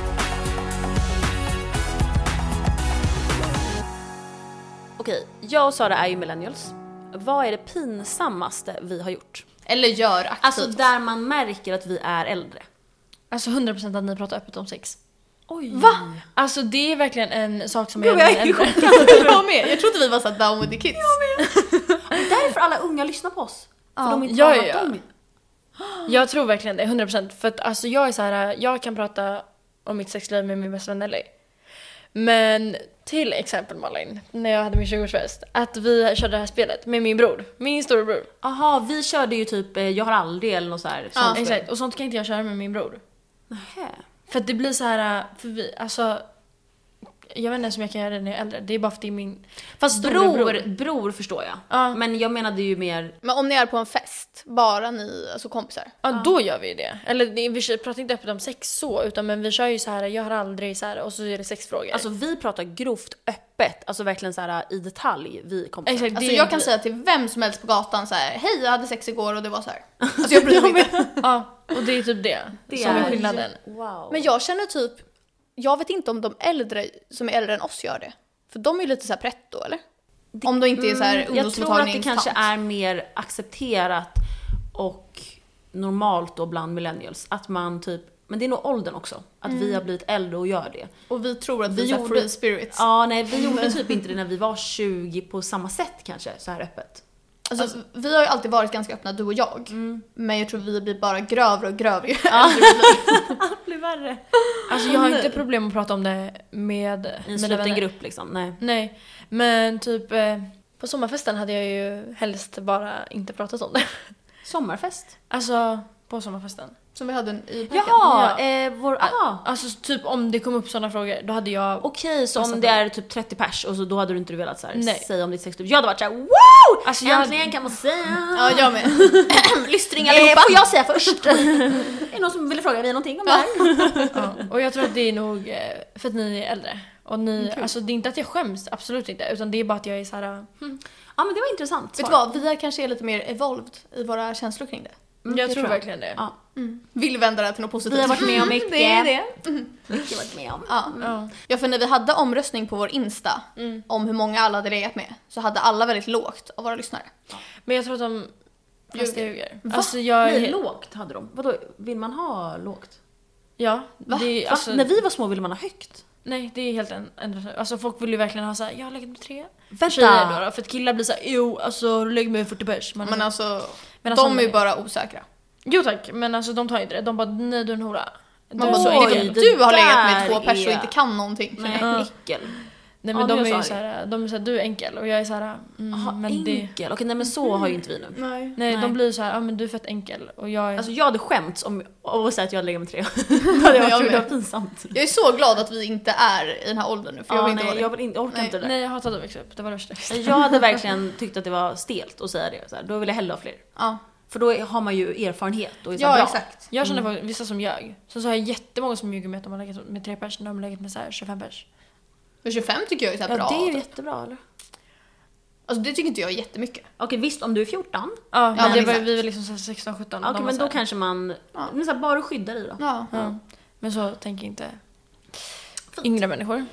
[SPEAKER 2] Okej, jag och Sara är ju millennials. Vad är det pinsammaste vi har gjort?
[SPEAKER 1] Eller gör aktivt.
[SPEAKER 2] Alltså där man märker att vi är äldre.
[SPEAKER 3] Alltså 100% att ni pratar öppet om sex.
[SPEAKER 2] Oj.
[SPEAKER 1] Va?
[SPEAKER 3] Alltså det är verkligen en sak som
[SPEAKER 2] Gud, jag är
[SPEAKER 3] äldre.
[SPEAKER 1] Jag med. Jag trodde vi var så här down with the kids.
[SPEAKER 2] Därför alla unga lyssnar på oss. För de inte
[SPEAKER 3] Ja,
[SPEAKER 2] har
[SPEAKER 3] ja.
[SPEAKER 2] dem.
[SPEAKER 3] Jag tror verkligen det, 100%. För att alltså jag är så här, jag kan prata om mitt sexliv med min bästa vän Nelly. Men till exempel Malin, när jag hade min 20-årsfest, att vi körde det här spelet med min bror, min storebror.
[SPEAKER 2] Aha, vi körde ju typ jag har aldrig eller något så här.
[SPEAKER 3] Ja, exakt. Och sånt kan inte jag köra med min bror.
[SPEAKER 2] Nähä.
[SPEAKER 3] För att det blir så här, för vi, alltså jag vet inte ens om jag kan göra det när jag är äldre. Det är bara för att det är min...
[SPEAKER 2] Fast bror förstår jag.
[SPEAKER 3] Ja.
[SPEAKER 2] Men jag menade ju mer...
[SPEAKER 1] Men om ni är på en fest, bara ni, alltså kompisar.
[SPEAKER 3] Ja, då gör vi det. Eller vi pratar inte öppet om sex så, utan men vi kör ju så här, jag har aldrig så här, och så är det sexfrågor.
[SPEAKER 2] Alltså vi pratar grovt öppet, alltså verkligen så här i detalj, vi kompisar.
[SPEAKER 3] Exakt,
[SPEAKER 1] Alltså jag kan säga till vem som helst på gatan så här: hej, jag hade sex igår och det var så här. Alltså jag bryr mig inte.
[SPEAKER 3] Ja, och det är typ det som är skillnaden.
[SPEAKER 2] Wow.
[SPEAKER 1] Men jag känner typ, jag vet inte om de äldre som är äldre än oss gör det. För de är ju lite så här pretto, eller? Om de inte är så här
[SPEAKER 2] jag tror att det
[SPEAKER 1] ungdomsmottagningstant.
[SPEAKER 2] kanske är mer accepterat och normalt då bland millennials. Att man typ, men det är nog åldern också. Att vi har blivit äldre och gör det.
[SPEAKER 1] Och vi tror att vi är free spirits.
[SPEAKER 2] Ja, nej, vi gjorde typ inte det när vi var 20 på samma sätt kanske, så här öppet.
[SPEAKER 1] Alltså, vi har ju alltid varit ganska öppna, du och jag. Men jag tror vi blir bara grövre och grövre ju
[SPEAKER 2] Ja.
[SPEAKER 1] äldre vi blir.
[SPEAKER 2] Det blir värre.
[SPEAKER 3] Alltså jag har inte problem att prata om det med
[SPEAKER 2] I en
[SPEAKER 3] mina
[SPEAKER 2] sluten
[SPEAKER 3] vänner.
[SPEAKER 2] grupp liksom, nej.
[SPEAKER 3] Nej, men typ på sommarfesten hade jag ju helst bara inte pratat om det.
[SPEAKER 2] Sommarfest.
[SPEAKER 3] Alltså på sommarfesten.
[SPEAKER 1] Som vi hade i parken.
[SPEAKER 2] Jaha,
[SPEAKER 3] Alltså typ om det kom upp sådana frågor, då hade jag...
[SPEAKER 2] Okej, så om det är typ 30 pers och så då hade du inte velat så här,
[SPEAKER 3] Nej.
[SPEAKER 2] säga om ditt sexliv. Jag hade varit såhär, wow!
[SPEAKER 3] Alltså jag
[SPEAKER 2] Äntligen kan man säga.
[SPEAKER 1] Ja, jag med. Lystring allihopa.
[SPEAKER 2] Får jag säga först? Är det någon som ville fråga mig någonting om det här?
[SPEAKER 3] Ja, och jag tror att det är nog för att ni är äldre. Och ni, alltså det är inte att jag skäms, absolut inte. Utan det är bara att jag är så här.
[SPEAKER 2] Ja, men det var intressant.
[SPEAKER 1] Vet du vad, vi är kanske är lite mer evolved i våra känslor kring det.
[SPEAKER 3] Jag
[SPEAKER 2] det
[SPEAKER 3] tror
[SPEAKER 2] tror jag.
[SPEAKER 3] verkligen det.
[SPEAKER 2] Ja.
[SPEAKER 1] Vill vända det till något positivt.
[SPEAKER 2] Vi har varit med om mycket.
[SPEAKER 1] Det är det.
[SPEAKER 2] Mycket varit med om.
[SPEAKER 1] Ja. Ja, för när vi hade omröstning på vår Insta om hur många alla hade legat med, så hade alla väldigt lågt av våra lyssnare.
[SPEAKER 3] Men jag tror att de flesta ljuger.
[SPEAKER 2] Va?
[SPEAKER 3] Alltså jag
[SPEAKER 2] Nej,
[SPEAKER 3] är...
[SPEAKER 2] lågt hade de. Vadå, vill man ha lågt?
[SPEAKER 3] Ja,
[SPEAKER 1] Va?
[SPEAKER 3] det är,
[SPEAKER 2] Va?
[SPEAKER 3] alltså,
[SPEAKER 2] När vi var små ville man ha högt.
[SPEAKER 3] nej, det är helt ändrat. Alltså folk vill ju verkligen ha så här, jag har legat med 3
[SPEAKER 2] Vänta.
[SPEAKER 3] tjejer då. För att killar blir så här, jo, alltså du lägger med 40 pers.
[SPEAKER 1] Men alltså,
[SPEAKER 3] Men alltså,
[SPEAKER 1] de är ju
[SPEAKER 3] nej.
[SPEAKER 1] bara osäkra.
[SPEAKER 3] Jo tack, men alltså de tar inte det. De bara, nej du är en hora.
[SPEAKER 1] Man bara, så
[SPEAKER 2] Oj,
[SPEAKER 1] är det
[SPEAKER 2] det
[SPEAKER 1] du har legat
[SPEAKER 2] där
[SPEAKER 1] med 2 personer och
[SPEAKER 2] är-
[SPEAKER 1] inte kan någonting.
[SPEAKER 2] Nej,
[SPEAKER 3] Ja.
[SPEAKER 2] äckel.
[SPEAKER 3] Nej men de är ju såhär, du är enkel och jag är såhär,
[SPEAKER 2] men enkel? Okej, nej men så har ju inte vi nu.
[SPEAKER 3] Nej, de blir såhär, men du är fett enkel och jag är...
[SPEAKER 2] Alltså jag hade skämts om att säga att jag hade legat med 3. Då hade jag varit pinsamt.
[SPEAKER 1] Jag är så glad att vi inte är i den här åldern nu, för jag
[SPEAKER 2] orkar inte det.
[SPEAKER 3] Nej, jag hatade att växa upp, det var det värsta.
[SPEAKER 2] Jag hade verkligen tyckt att det var stelt att säga det så här. Då vill jag hellre ha fler.
[SPEAKER 1] Ja.
[SPEAKER 2] För då har man ju erfarenhet och är så
[SPEAKER 1] ja,
[SPEAKER 2] bra.
[SPEAKER 1] Exakt.
[SPEAKER 3] Jag känner vissa som ljög. Så har jag jättemånga som ljuger med att de har legat med 3 pers när de har legat med så här 25 pers.
[SPEAKER 1] Men 25 tycker jag är så här bra.
[SPEAKER 2] Ja, det är ju jättebra, eller?
[SPEAKER 1] Alltså det tycker inte jag är jättemycket.
[SPEAKER 2] Okej, visst om du är 14.
[SPEAKER 3] Ja, det var vi var liksom 16-17.
[SPEAKER 2] Okej, men då kanske man så här, bara skyddar i då.
[SPEAKER 1] Ja.
[SPEAKER 3] Men så tänker inte yngre människor.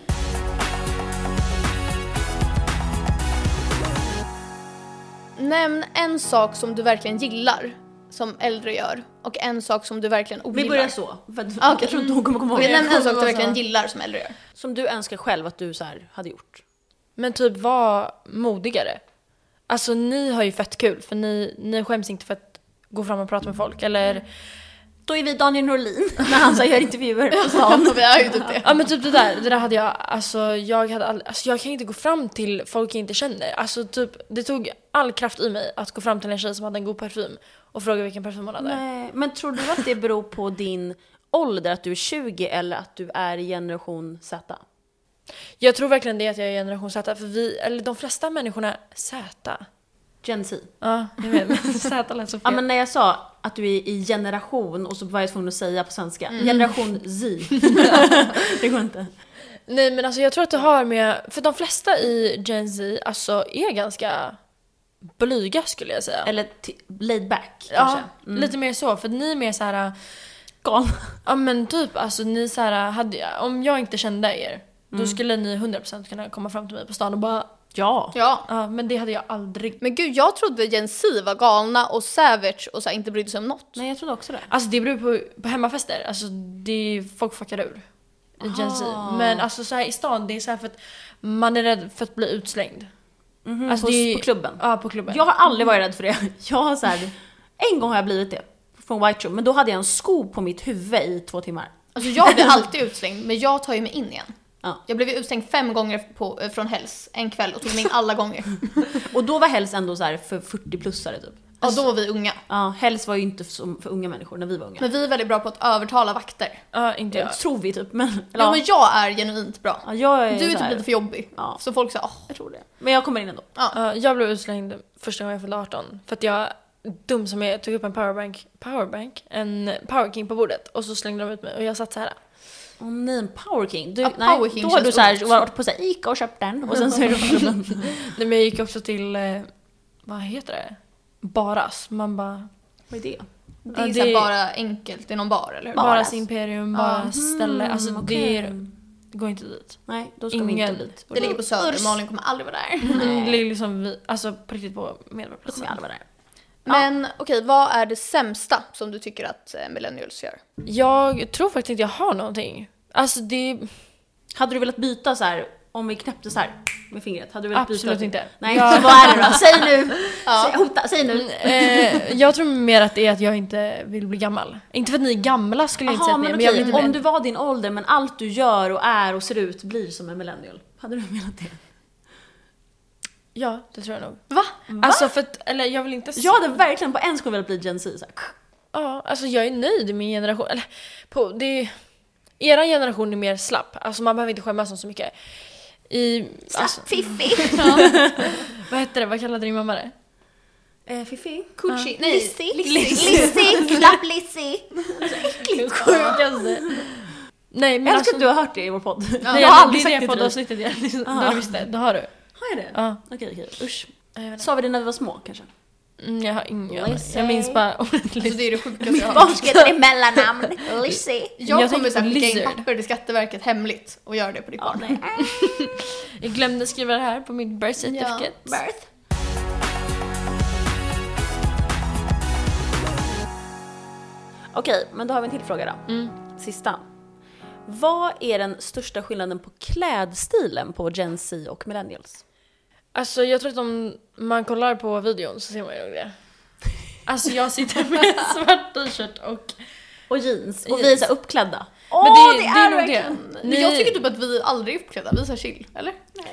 [SPEAKER 1] Nämn en sak som du verkligen gillar som äldre gör och en sak som du verkligen ogillar.
[SPEAKER 2] Vi börjar så. För jag tror inte hon kommer komma ihåg.
[SPEAKER 1] Nämn en sak du verkligen gillar som äldre gör.
[SPEAKER 2] Som du önskar själv att du så här hade gjort.
[SPEAKER 3] Men typ var modigare. Alltså ni har ju fett kul för ni skäms inte för att gå fram och prata med folk eller...
[SPEAKER 2] Då är vi Daniel Norlin när han så gör intervjuer på stan.
[SPEAKER 1] Vi är ju typ det.
[SPEAKER 3] Ja men typ det där hade jag, alltså jag kan inte gå fram till folk jag inte känner. Alltså typ, det tog all kraft i mig att gå fram till en tjej som hade en god parfym och fråga vilken parfym hon hade.
[SPEAKER 2] Nej, men tror du att det beror på din ålder, att du är 20 eller att du är i generation Z?
[SPEAKER 3] Jag tror verkligen det att jag är generation Z, för de flesta människorna Z.
[SPEAKER 2] Gen Z.
[SPEAKER 3] Ja, jag vet. Z lät så fel.
[SPEAKER 2] Ja, men när jag sa att du är i generation och så var jag tvungen att säga på svenska. Generation Z. Det går inte.
[SPEAKER 3] Nej, men alltså jag tror att det har med... För de flesta i Gen Z alltså är ganska blyga skulle jag säga.
[SPEAKER 2] Eller laid back kanske.
[SPEAKER 3] Ja, lite mer så. För ni är mer så här...
[SPEAKER 2] Galna.
[SPEAKER 3] Ja, men typ alltså ni så här... om jag inte kände er, då skulle ni 100% kunna komma fram till mig på stan och bara...
[SPEAKER 2] Ja,
[SPEAKER 3] men det hade jag aldrig.
[SPEAKER 1] Men gud, jag trodde Gen Z var galna och savage och så här, inte brydde sig om något.
[SPEAKER 2] Nej, jag trodde också det.
[SPEAKER 3] Alltså det beror på hemmafester. Alltså folk fuckar ur i Gen Z. Men alltså så här i stan, det är så här för att man är rädd för att bli utslängd. Alltså
[SPEAKER 2] på klubben?
[SPEAKER 3] Ja, på klubben.
[SPEAKER 2] Jag har aldrig varit rädd för det. Jag har så här, en gång har jag blivit det från White Room, men då hade jag en sko på mitt huvud i 2 timmar.
[SPEAKER 1] Alltså jag blir alltid utslängd, men jag tar ju mig in igen.
[SPEAKER 2] Ja.
[SPEAKER 1] Jag blev utslängd 5 gånger från Hells en kväll och tog mig in alla gånger.
[SPEAKER 2] Och då var Hells ändå så här för 40-plussare typ.
[SPEAKER 1] Ja, då var vi unga.
[SPEAKER 2] Ja, Hells var ju inte som för unga människor när vi var unga.
[SPEAKER 1] Men vi är väldigt bra på att övertala vakter.
[SPEAKER 3] Ja, inte jag.
[SPEAKER 2] Tror vi typ, men...
[SPEAKER 1] Ja, men jag är genuint bra.
[SPEAKER 2] Ja, jag är
[SPEAKER 1] du är typ
[SPEAKER 2] här,
[SPEAKER 1] lite för jobbig.
[SPEAKER 2] Ja.
[SPEAKER 1] Så folk säger,
[SPEAKER 2] jag tror det. Men jag kommer in ändå.
[SPEAKER 3] Ja. Jag blev utslängd första gången jag fyllde 18. För att jag, dum som jag tog upp en en Power King på bordet. Och så slängde de ut mig och jag satt så här.
[SPEAKER 2] Åh nej, en Power King.
[SPEAKER 1] Power King
[SPEAKER 2] då har du så här, varit på så här Ica och köpt den. Och sen så är du på klubben.
[SPEAKER 3] Nej, men jag gick också till, vad heter det? Baras. Man bara...
[SPEAKER 2] Vad är det?
[SPEAKER 1] Det är, så bara enkelt, det är någon bar eller hur?
[SPEAKER 3] Baras Imperium, Baras ställe. Alltså det går inte dit.
[SPEAKER 2] Nej, då ska vi inte dit.
[SPEAKER 1] Det ligger på Söder, Malin kommer aldrig vara där.
[SPEAKER 3] Det ligger liksom, alltså på riktigt på Medborgarplatsen.
[SPEAKER 2] Kommer aldrig vara där.
[SPEAKER 1] Men okej, vad är det sämsta som du tycker att millennials gör?
[SPEAKER 3] Jag tror faktiskt inte jag har någonting. Alltså det...
[SPEAKER 2] Hade du velat byta så här, om vi knäppte så här med fingret? Hade du velat
[SPEAKER 3] Absolut
[SPEAKER 2] byta?
[SPEAKER 3] inte.
[SPEAKER 2] Nej, vad är det då? Säg nu! Säg nu!
[SPEAKER 3] Jag tror mer att det är att jag inte vill bli gammal. Inte för att ni är gamla skulle jag inte säga att ni är,
[SPEAKER 2] men
[SPEAKER 3] jag vill inte
[SPEAKER 2] om du var din ålder men allt du gör och är och ser ut blir som en millennial. Hade du velat det?
[SPEAKER 3] Ja, det tror jag nog.
[SPEAKER 1] Va?
[SPEAKER 3] Alltså för att, eller jag vill inte...
[SPEAKER 2] Jag hade verkligen på en skål velat bli Gen Z. Så här.
[SPEAKER 3] Ja, alltså jag är nöjd med min generation. Eller, era generation är mer slapp. Alltså man behöver inte skämmas om så mycket.
[SPEAKER 2] Fiffi!
[SPEAKER 3] Vad heter det? Vad kallade din mamma det?
[SPEAKER 2] Fiffi?
[SPEAKER 1] Coochie?
[SPEAKER 2] Nej,
[SPEAKER 1] Lissi! Slapp Lissi!
[SPEAKER 3] Sjukaste. Nej, men
[SPEAKER 2] jag älskar att du har hört det i vår podd.
[SPEAKER 3] Nej,
[SPEAKER 2] jag har aldrig sagt
[SPEAKER 3] det
[SPEAKER 2] det
[SPEAKER 3] poddavsnittet. Då har du visst det. Då har du.
[SPEAKER 2] Har jag det?
[SPEAKER 3] Ja.
[SPEAKER 2] Okej. Usch. Sa vi det när vi var små kanske?
[SPEAKER 3] Jag har ingen aning. Jag minns bara...
[SPEAKER 1] Alltså det är det sjukaste jag har.
[SPEAKER 2] Barn ska heta i mellannamn. Lissi.
[SPEAKER 1] Jag kommer
[SPEAKER 3] tänkte på
[SPEAKER 1] säkert skicka in
[SPEAKER 3] Lizard.
[SPEAKER 1] papper till Skatteverket hemligt och göra det på ditt barn.
[SPEAKER 3] Jag glömde skriva det här på min birth certificate.
[SPEAKER 2] Birth. Okej, men då har vi en till fråga då. Sista. Vad är den största skillnaden på klädstilen på Gen Z och millennials?
[SPEAKER 3] Alltså jag tror att om man kollar på videon så ser man ju nog det. Alltså jag sitter med svart t-shirt
[SPEAKER 2] och jeans. Och vi är så uppklädda.
[SPEAKER 3] Men det är nog det.
[SPEAKER 1] Men jag tycker typ att vi aldrig är uppklädda, vi är så chill, eller?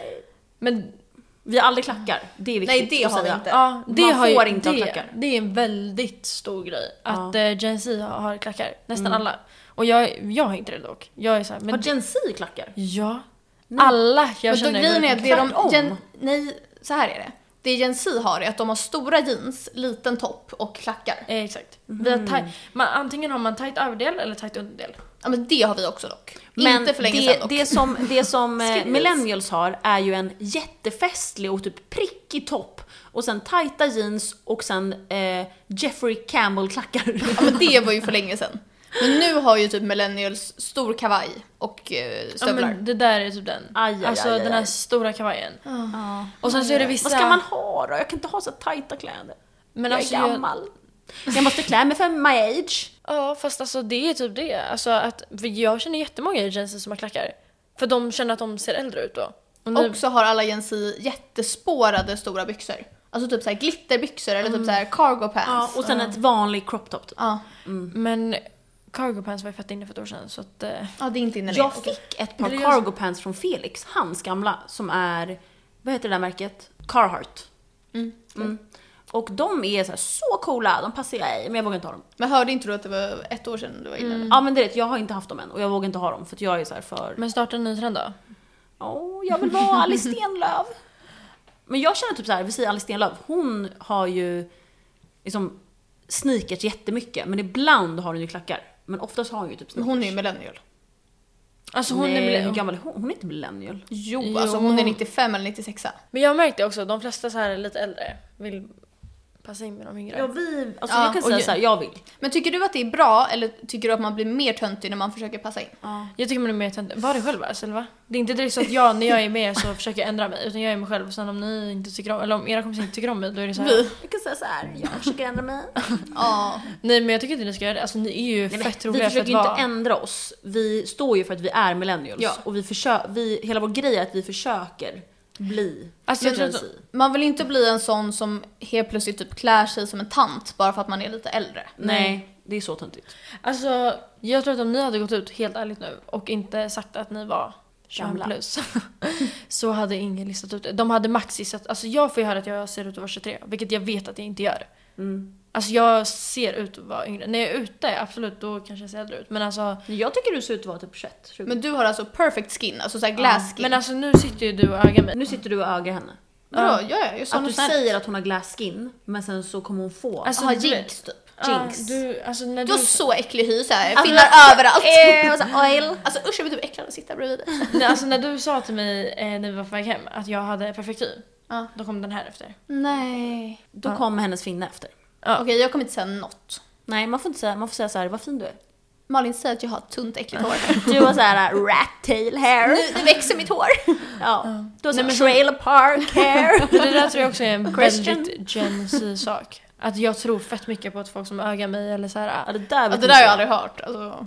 [SPEAKER 3] Men
[SPEAKER 2] Vi har aldrig klackar, det är viktigt.
[SPEAKER 1] Nej, det har vi inte.
[SPEAKER 3] ja, det
[SPEAKER 2] Man
[SPEAKER 3] har
[SPEAKER 2] får
[SPEAKER 3] ju,
[SPEAKER 2] inte ha klackar.
[SPEAKER 3] det är en väldigt stor grej. Att Gen Z har klackar. Nästan alla. Och jag har inte det dock. Jag är så här, men
[SPEAKER 2] Har Gen Z klackar?
[SPEAKER 3] ja. Alla jag
[SPEAKER 1] Men då
[SPEAKER 3] känner
[SPEAKER 1] grejen är att det
[SPEAKER 2] tvärtom.
[SPEAKER 1] nej, så här är det. Det Gen Z har är att de har stora jeans, liten topp och klackar.
[SPEAKER 3] Exakt. Vi har antingen har man tight överdel eller tight underdel.
[SPEAKER 1] Ja, men det har vi också dock.
[SPEAKER 2] Men
[SPEAKER 1] inte för länge sedan dock.
[SPEAKER 2] det som millennials har är ju en jättefestlig och typ prickig topp. Och sen tajta jeans och sen Jeffrey Campbell-klackar.
[SPEAKER 1] Ja, men det var ju för länge sedan. Men nu har ju typ millennials stor kavaj och stövlar.
[SPEAKER 3] Ja, men det där är typ den. Alltså den här stora kavajen. Och sen så är det vissa...
[SPEAKER 2] Vad ska man ha då? Jag kan inte ha så tajta kläder.
[SPEAKER 3] Men
[SPEAKER 2] Jag
[SPEAKER 3] alltså,
[SPEAKER 2] är gammal. Jag måste klä mig för my age.
[SPEAKER 3] Ja, fast alltså det är typ det. Alltså att, för jag känner jättemånga i Gen Z som har klackar. För de känner att de ser äldre ut då.
[SPEAKER 1] Och så har alla Gen Z jättespårade stora byxor. Alltså typ så här glitterbyxor eller typ så här cargo pants.
[SPEAKER 2] Ja, och sen ett vanligt crop top typ.
[SPEAKER 1] Ja.
[SPEAKER 3] Men cargo pants var ju fett inne för ett år sedan. Så att,
[SPEAKER 1] Ja, det är inte inne
[SPEAKER 2] Jag fick ett par
[SPEAKER 3] Eller
[SPEAKER 2] cargo pants från Felix, hans gamla, som är, vad heter det där märket? Carhartt. Och de är så coola, de passar jag i, men jag vågar inte ha dem.
[SPEAKER 1] Men hörde inte du att det var ett år sedan du var inne?
[SPEAKER 2] Ja, men det är rätt, jag har inte haft dem än och jag vågar inte ha dem för att jag är så här för...
[SPEAKER 3] Men starta en ny trend då?
[SPEAKER 2] Jag vill vara Alice Stenlöf. Men jag känner typ så här, vi säger Alice Stenlöf, hon har ju liksom sneakers jättemycket, men ibland har hon ju klackar. Men oftast har hon ju typ
[SPEAKER 1] Men
[SPEAKER 2] sneakers.
[SPEAKER 1] hon är ju millennial.
[SPEAKER 3] Alltså hon
[SPEAKER 2] Nej,
[SPEAKER 3] är
[SPEAKER 2] hur gammal är hon? Hon är inte millennial.
[SPEAKER 1] Jo, alltså hon är 95 eller 96.
[SPEAKER 3] Men jag märkte också, de flesta så här lite äldre vill passa in med de yngre.
[SPEAKER 2] Ja, jag kan säga så här, jag vill.
[SPEAKER 1] Men tycker du att det är bra eller tycker du att man blir mer töntig när man försöker passa in?
[SPEAKER 3] Jag tycker man är mer tönt. Var det själv alltså, eller va? Det är inte direkt så att när jag är med så försöker jag ändra mig, utan jag är mig själv. Och sen om ni inte tycker om, eller om era kompisar inte tycker om mig, då är det så här.
[SPEAKER 2] Jag kan säga så här, jag försöker ändra mig.
[SPEAKER 1] Ja.
[SPEAKER 3] Nej, men jag tycker inte ni ska göra det. Alltså ni är ju fett
[SPEAKER 2] Vi
[SPEAKER 3] roliga för att
[SPEAKER 2] försöker
[SPEAKER 3] vara...
[SPEAKER 2] inte ändra oss. Vi står ju för att vi är millennials.
[SPEAKER 1] Ja.
[SPEAKER 2] Och hela vår grej är att vi försöker bli
[SPEAKER 3] Alltså, jag tror
[SPEAKER 2] Gen
[SPEAKER 3] att-
[SPEAKER 2] Z.
[SPEAKER 1] Man vill inte bli en sån som helt plötsligt typ klär sig som en tant bara för att man är lite äldre.
[SPEAKER 2] Nej, det är så töntigt.
[SPEAKER 3] Alltså, jag tror att om ni hade gått ut helt ärligt nu och inte sagt att ni var 21
[SPEAKER 2] Gamla.
[SPEAKER 3] plus så hade ingen listat ut det. De hade max gissat, alltså jag får ju höra att jag ser ut att vara 23, vilket jag vet att jag inte gör. Alltså jag ser ut att vara yngre. När jag är ute, absolut, då kanske jag ser äldre ut. Men alltså,
[SPEAKER 2] Jag tycker du ser ut att vara typ 21, 20.
[SPEAKER 1] Men du har alltså perfect skin, alltså såhär glass skin.
[SPEAKER 3] men alltså nu sitter ju du och ögar mig.
[SPEAKER 2] Nu sitter du och ögar henne.
[SPEAKER 1] Vadå? Ja, jag sa
[SPEAKER 2] Att du
[SPEAKER 1] något snällt.
[SPEAKER 2] säger att hon har glass skin, men sen så kommer hon få...
[SPEAKER 3] Alltså,
[SPEAKER 1] Jaha,
[SPEAKER 3] du vet-
[SPEAKER 1] jinx typ.
[SPEAKER 2] Jinx.
[SPEAKER 3] Du, alltså när
[SPEAKER 1] Du har
[SPEAKER 3] du...
[SPEAKER 1] så äcklig hy såhär,
[SPEAKER 2] Alltså,
[SPEAKER 1] finnar överallt.
[SPEAKER 2] och så oil.
[SPEAKER 1] Alltså usch, jag blir typ äcklad att sitta bredvid dig.
[SPEAKER 3] Nej, alltså när du sa till mig när vi var på väg hem att jag hade perfekt hy,
[SPEAKER 1] Ja.
[SPEAKER 3] då kom den här efter.
[SPEAKER 1] Nej.
[SPEAKER 2] Då kommer hennes finne efter.
[SPEAKER 1] Okej, jag kommer inte säga något.
[SPEAKER 2] Nej, man får inte säga, man får säga så här, vad fin du är.
[SPEAKER 1] Malin säger att jag har tunt äckligt hår.
[SPEAKER 2] Du har så här rat tail hair.
[SPEAKER 1] Nu växer mitt hår.
[SPEAKER 2] Ja. Du har så här trailer park hair.
[SPEAKER 3] Det där tror jag också är en
[SPEAKER 2] Christian.
[SPEAKER 3] väldigt Gen Z-sak. Att jag tror fett mycket på att folk som ögar mig eller så här.
[SPEAKER 2] Ja, det där,
[SPEAKER 1] Ja, det där har jag aldrig hört. Alltså.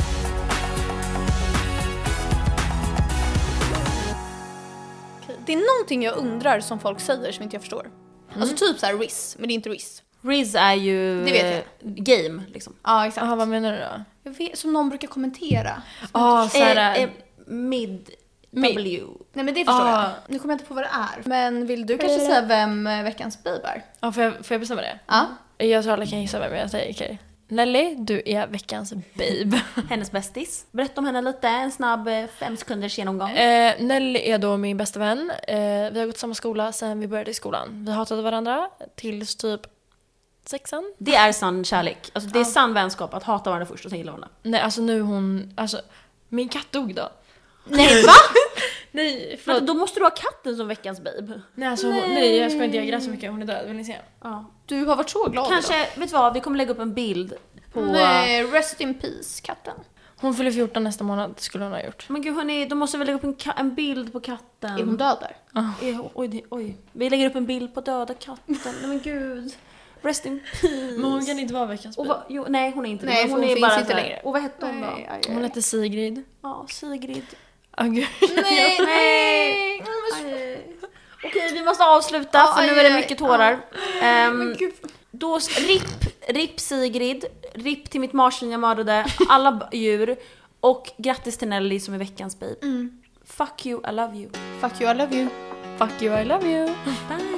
[SPEAKER 1] Okej, det är någonting jag undrar som folk säger som inte jag förstår. Alltså typ så här Riz, men det är inte Riz.
[SPEAKER 2] Riz är ju
[SPEAKER 1] Det vet
[SPEAKER 2] game liksom.
[SPEAKER 1] Ja, exakt.
[SPEAKER 3] Jaha, vad menar du då?
[SPEAKER 1] Jag vet, som någon brukar kommentera.
[SPEAKER 3] Ja, så här...
[SPEAKER 2] Mid
[SPEAKER 3] Mid.
[SPEAKER 2] W.
[SPEAKER 1] Nej, men det förstår jag. Nu kommer jag inte på vad det är. Men vill du kanske säga vem veckans babe är?
[SPEAKER 3] Ja, får jag bestämma det?
[SPEAKER 1] Ja.
[SPEAKER 3] Jag tror alla kan gissa vem jag säger. Okay. Nelly, du är veckans babe.
[SPEAKER 2] Hennes bästis. Berätta om henne lite, en snabb 5 sekunders genomgång.
[SPEAKER 3] Nelly är då min bästa vän. Vi har gått samma skola sedan vi började i skolan. Vi hatade varandra tills typ 6:an.
[SPEAKER 2] Det är sann kärlek. Alltså det är sann vänskap att hata varandra först och sen gilla varandra.
[SPEAKER 3] Nej, alltså nu hon... Alltså, min katt dog då.
[SPEAKER 1] Nej, va?
[SPEAKER 3] Nej, förlåt.
[SPEAKER 2] Men då måste du ha katten som veckans babe.
[SPEAKER 3] Nej, alltså, nej, jag ska inte, jag grät så mycket. Hon är död, vill ni se?
[SPEAKER 2] Ja.
[SPEAKER 1] Du har varit så glad
[SPEAKER 2] Kanske,
[SPEAKER 1] idag.
[SPEAKER 2] vet du vad, vi kommer lägga upp en bild på...
[SPEAKER 1] Nej, rest in peace, katten.
[SPEAKER 3] Hon fyller 14 nästa månad, skulle hon ha gjort.
[SPEAKER 2] Men gud hörni, då måste vi lägga upp en bild på katten.
[SPEAKER 1] Är hon död där?
[SPEAKER 2] Oj. Vi lägger upp en bild på döda katten. Nej men gud. Rest in peace.
[SPEAKER 3] Men hon kan inte vara veckans
[SPEAKER 2] Och
[SPEAKER 3] babe.
[SPEAKER 2] nej, hon är inte det.
[SPEAKER 1] Nej,
[SPEAKER 2] Men
[SPEAKER 1] för hon
[SPEAKER 2] är
[SPEAKER 1] finns
[SPEAKER 2] bara
[SPEAKER 1] inte
[SPEAKER 2] så här-
[SPEAKER 1] längre.
[SPEAKER 2] Och vad hette hon då?
[SPEAKER 3] Hon heter Sigrid.
[SPEAKER 2] Ja, Sigrid.
[SPEAKER 3] Gud.
[SPEAKER 1] Nej.
[SPEAKER 2] Okej, vi måste avsluta
[SPEAKER 1] Ja,
[SPEAKER 2] för nu är det mycket tårar.
[SPEAKER 1] Men gud.
[SPEAKER 2] Då, RIP Sigrid, RIP till mitt marsvin jag mördade, alla djur. Och grattis till Nelly som är veckans babe. Fuck you, I love you.
[SPEAKER 1] Fuck you, I love you.
[SPEAKER 3] Fuck you, I love you.
[SPEAKER 2] Bye!